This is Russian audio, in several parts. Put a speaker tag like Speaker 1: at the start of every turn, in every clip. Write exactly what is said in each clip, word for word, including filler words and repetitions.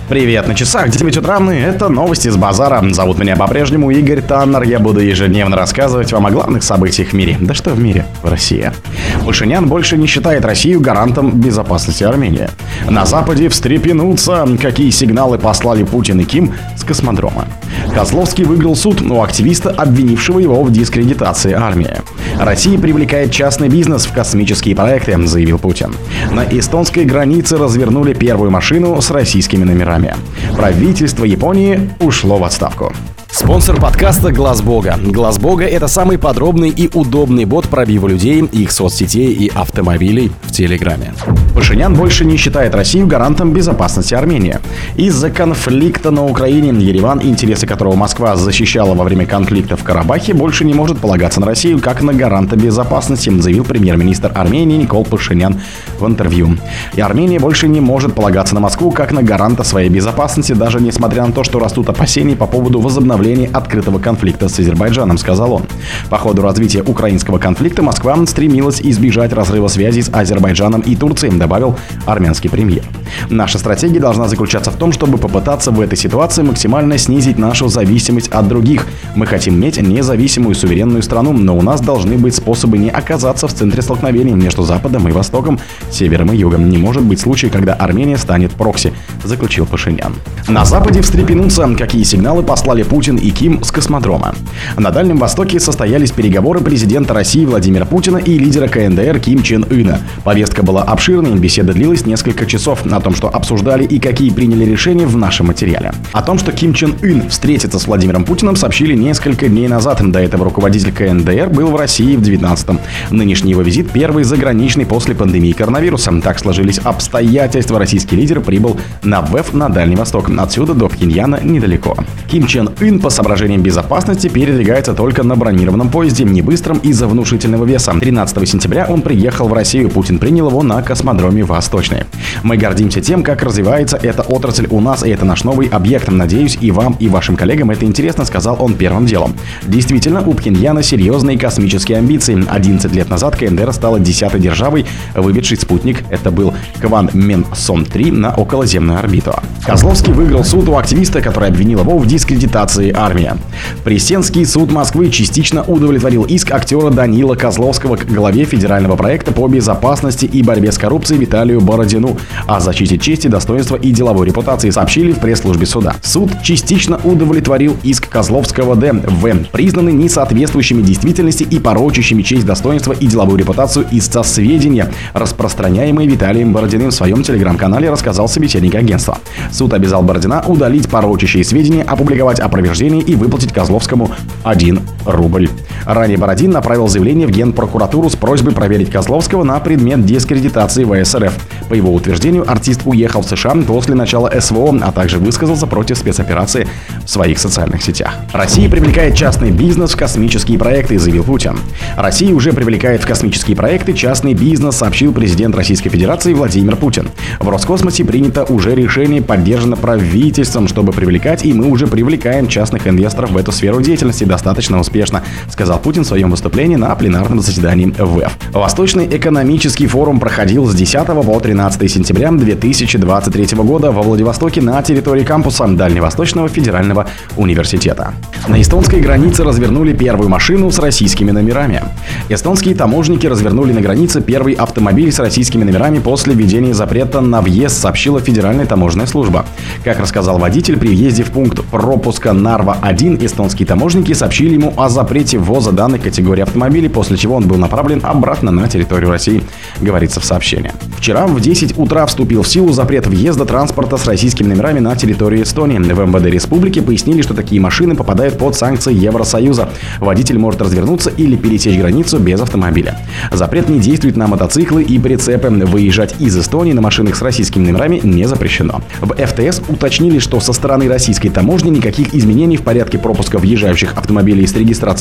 Speaker 1: Привет, на часах девять утра, это новости с базара. Зовут меня по-прежнему Игорь Таннер. Я буду ежедневно рассказывать вам о главных событиях в мире. Да что в мире? В России. Пашинян больше не считает Россию гарантом безопасности Армении. На Западе встрепенутся, какие сигналы послали Путин и Ким с космодрома. Козловский выиграл суд у активиста, обвинившего его в дискредитации армии. Россия привлекает частный бизнес в космические проекты, заявил Путин. На эстонской границе развернули первую машину с российскими номерами. Правительство Японии ушло в отставку. Спонсор подкаста Глаз Бога. Глаз Бога — это самый подробный и удобный бот пробива людей, их соцсетей и автомобилей в Телеграме. Пашинян больше не считает Россию гарантом безопасности Армении. Из-за конфликта на Украине Ереван, интересы которого Москва защищала во время конфликта в Карабахе, больше не может полагаться на Россию как на гаранта безопасности, заявил премьер-министр Армении Никол Пашинян в интервью. И Армения больше не может полагаться на Москву как на гаранта своей безопасности, даже несмотря на то, что растут опасения по поводу возобновления открытого конфликта с Азербайджаном, сказал он. По ходу развития украинского конфликта Москва стремилась избежать разрыва связей с Азербайджаном и Турцией, добавил армянский премьер. Наша стратегия должна заключаться в том, чтобы попытаться в этой ситуации максимально снизить нашу зависимость от других. Мы хотим иметь независимую суверенную страну, но у нас должны быть способы не оказаться в центре столкновений между Западом и Востоком, Севером и Югом. Не может быть случая, когда Армения станет прокси, заключил Пашинян. На Западе встрепенутся, какие сигналы послали Путин и Ким с космодрома. На Дальнем Востоке состоялись переговоры президента России Владимира Путина и лидера ка эн дэ эр Ким Чен Ына. Повестка была обширной, беседа длилась несколько часов. О том, что обсуждали и какие приняли решения, в нашем материале. О том, что Ким Чен Ын встретится с Владимиром Путиным, сообщили несколько дней назад. До этого руководитель ка эн дэ эр был в России в девятнадцатом. Нынешний его визит первый заграничный после пандемии коронавируса. Так сложились обстоятельства. Российский лидер прибыл на вэ эф на Дальний Восток. Отсюда до Пхеньяна недалеко. Ким Чен Ын по соображениям безопасности передвигается только на бронированном поезде, не быстром из-за внушительного веса. тринадцатого сентября он приехал в Россию. Путин принял его на космодроме Восточный. Мы гордимся тем, как развивается эта отрасль у нас, и это наш новый объект. Надеюсь, и вам, и вашим коллегам это интересно, сказал он первым делом. Действительно, у Пхеньяна серьезные космические амбиции. одиннадцать лет назад ка эн дэ эр стала десятой державой, выведшей спутник, это был Кванменсон три, на околоземную орбиту. Козловский выиграл суд у активиста, который обвинил его в дискредитации армии. Пресненский суд Москвы частично удовлетворил иск актера Данила Козловского к главе федерального проекта по безопасности и борьбе с коррупцией Виталию Бородину о защите чести, достоинства и деловой репутации, сообщили в пресс-службе суда. Суд частично удовлетворил иск Козловского Д В, признанный несоответствующими действительности и порочащими честь, достоинство и деловую репутацию истца сведения, распространяемые Виталием Бородиным в своем телеграм-канале, рассказал собеседник агентства. Суд обязал Бородина удалить порочащие сведения, опубликовать опровержение и выплатить Козловскому один рубль. Ранее Бородин направил заявление в Генпрокуратуру с просьбой проверить Козловского на предмет дискредитации вэ эс эр эф. По его утверждению, артист уехал в США после начала эс вэ о, а также высказался против спецоперации в своих социальных сетях. Россия привлекает частный бизнес в космические проекты, заявил Путин. Россия уже привлекает в космические проекты частный бизнес, сообщил президент Российской Федерации Владимир Путин. В Роскосмосе принято уже решение, поддержано правительством, чтобы привлекать, и мы уже привлекаем частных инвесторов в эту сферу деятельности достаточно успешно, сказал Путин в своем выступлении на пленарном заседании вэ эф. Восточный экономический форум проходил с десятого по тринадцатое сентября две тысячи двадцать третьего года во Владивостоке на территории кампуса Дальневосточного федерального университета. На эстонской границе развернули первую машину с российскими номерами. Эстонские таможенники развернули на границе первый автомобиль с российскими номерами после введения запрета на въезд, сообщила Федеральная таможенная служба. Как рассказал водитель, при въезде в пункт пропуска Нарва один эстонские таможенники сообщили ему о запрете ввоза данной категории автомобилей, после чего он был направлен обратно на территорию России, говорится в сообщении. Вчера в десять утра вступил в силу запрет въезда транспорта с российскими номерами на территорию Эстонии. В эм вэ дэ республики пояснили, что такие машины попадают под санкции Евросоюза. Водитель может развернуться или пересечь границу без автомобиля. Запрет не действует на мотоциклы и прицепы. Выезжать из Эстонии на машинах с российскими номерами не запрещено. В эф тэ эс уточнили, что со стороны российской таможни никаких изменений в порядке пропуска въезжающих автомобилей с регистрацией в Эстонию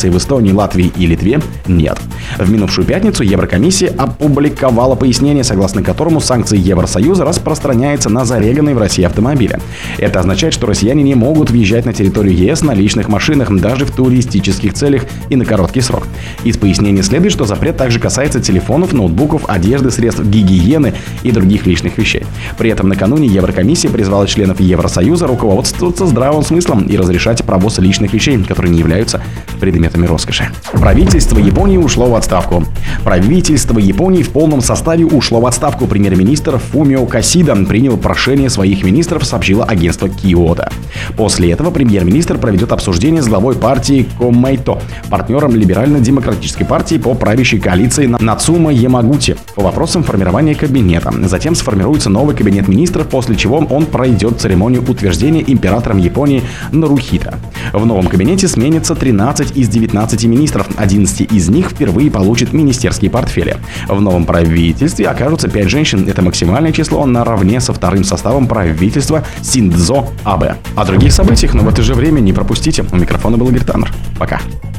Speaker 1: Эстонии, Латвии и Литве нет. В минувшую пятницу Еврокомиссия опубликовала пояснение, согласно которому санкции Евросоюза распространяются на зареганные в России автомобили. Это означает, что россияне не могут въезжать на территорию ЕС на личных машинах, даже в туристических целях и на короткий срок. Из пояснения следует, что запрет также касается телефонов, ноутбуков, одежды, средств гигиены и других личных вещей. При этом накануне Еврокомиссия призвала членов Евросоюза руководствоваться здравым смыслом и разрешать провоз личных вещей, которые не являются предметами роскоши. Правительство Японии ушло в отставку. Правительство Японии в полном составе ушло в отставку. Премьер-министр Фумио Кисида принял прошение своих министров, сообщило агентство Киода. После этого премьер-министр проведет обсуждение с главой партии Комэйто, партнером либерально-демократической партии по правящей коалиции Нацума Ямагути, по вопросам формирования кабинета. Затем сформируется новый кабинет министров, после чего он пройдет церемонию утверждения императором Японии Нарухито. В новом кабинете сменится тринадцать из девятнадцати министров, одиннадцать из них впервые получат министерские портфели. В новом правительстве окажутся пять женщин, это максимальное число наравне со вторым составом правительства Синдзо Абе. О других событиях, но в это же время не пропустите. У микрофона был Игорь Таннер. Пока.